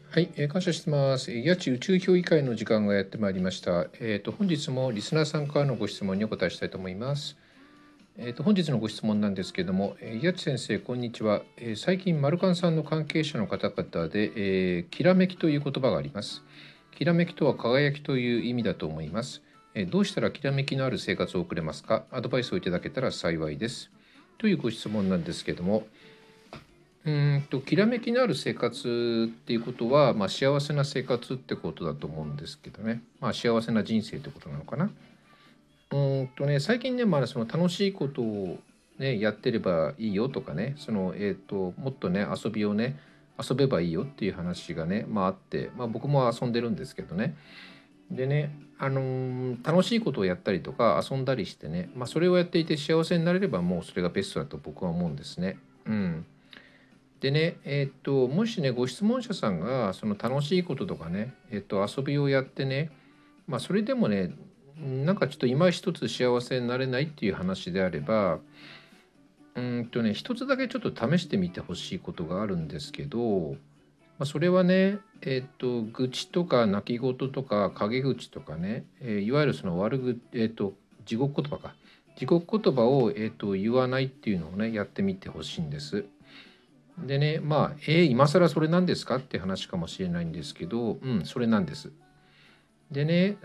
はい、感謝してます。八千宇宙評議会の時間がやってまいりました。本日もリスナーさんからのご質問にお答えしたいと思います。本日のご質問なんですけれども、八千先生、こんにちは。最近、マルカンさんの関係者の方々で、きらめきという言葉があります。きらめきとは輝きという意味だと思います。どうしたらきらめきのある生活を送れますか？アドバイスをいただけたら幸いです。というご質問なんですけれども、きらめきのある生活っていうことは、幸せな生活ってことだと思うんですけどね。幸せな人生ってことなのかな。最近ね、その楽しいことをね、やってればいいよとかね、もっとね、遊びをね、遊べばいいよっていう話がね、あって、僕も遊んでるんですけどね。でね、楽しいことをやったりとか遊んだりしてね、それをやっていて幸せになれればもうそれがベストだと僕は思うんですね。うん。でね、もしね、ご質問者さんがその楽しいこととかね、遊びをやってね、それでもね、なんかちょっと今一つ幸せになれないっていう話であれば、一つだけちょっと試してみてほしいことがあるんですけど、それはね、愚痴とか泣き言とか陰口とかね、いわゆるその悪ぐ、地獄言葉か。地獄言葉を、言わないっていうのをね、やってみてほしいんです。でね、今更それなんですかって話かもしれないんですけど、それなんです。でね、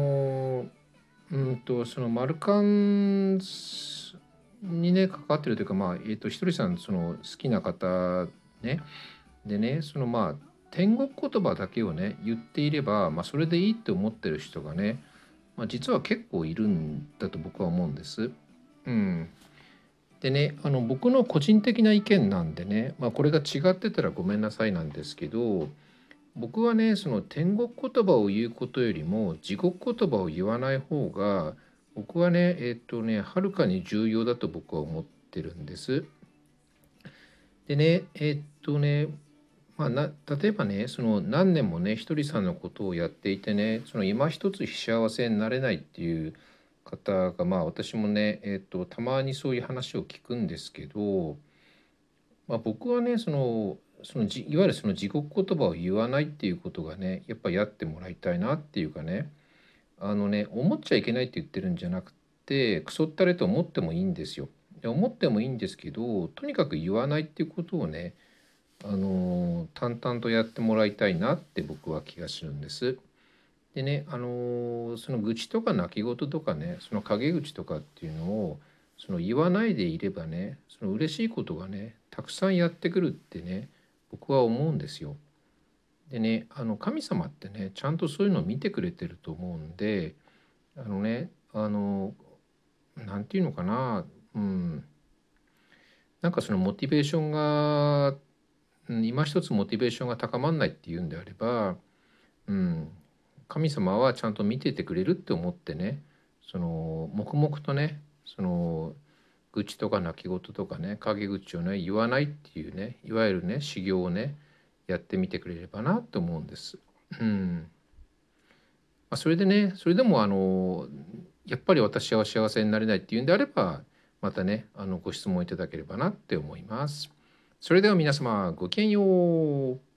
そのマルカンにね、関わってるというか、ひとりさん、その好きな方ね、でね、天国言葉だけをね、言っていれば、それでいいって思ってる人がね、実は結構いるんだと僕は思うんです。うん。でね、僕の個人的な意見なんでね、これが違ってたらごめんなさいなんですけど、僕はね、その天国言葉を言うことよりも地獄言葉を言わない方が、僕はね、はるかに重要だと僕は思ってるんです。でね、例えばね、その何年もね、ひとりさんのことをやっていてね、その今一つ幸せになれないっていう方が、私もね、たまにそういう話を聞くんですけど、僕はね、いわゆるその地獄言葉を言わないっていうことがね、やっぱやってもらいたいなっていうかね、思っちゃいけないって言ってるんじゃなくて、クソったれと思ってもいいんですよ。で思ってもいいんですけど、とにかく言わないっていうことをね、淡々とやってもらいたいなって僕は気がするんです。でね、その愚痴とか泣き言とかね、その陰口とかっていうのをその言わないでいればね、その嬉しいことがね、たくさんやってくるってね、僕は思うんですよ。でね、神様ってね、ちゃんとそういうのを見てくれてると思うんで、なんていうのかな、うん、なんかそのモチベーションが、今一つモチベーションが高まんないっていうんであれば、うん、神様はちゃんと見ててくれるって思ってね、その黙々とね、その愚痴とか泣き言とかね、陰口をね言わないっていうね、いわゆるね修行をねやってみてくれればなと思うんです。うん。それでね、それでもやっぱり私は幸せになれないっていうんであれば、またねご質問いただければなって思います。それでは皆様ごきげんよう。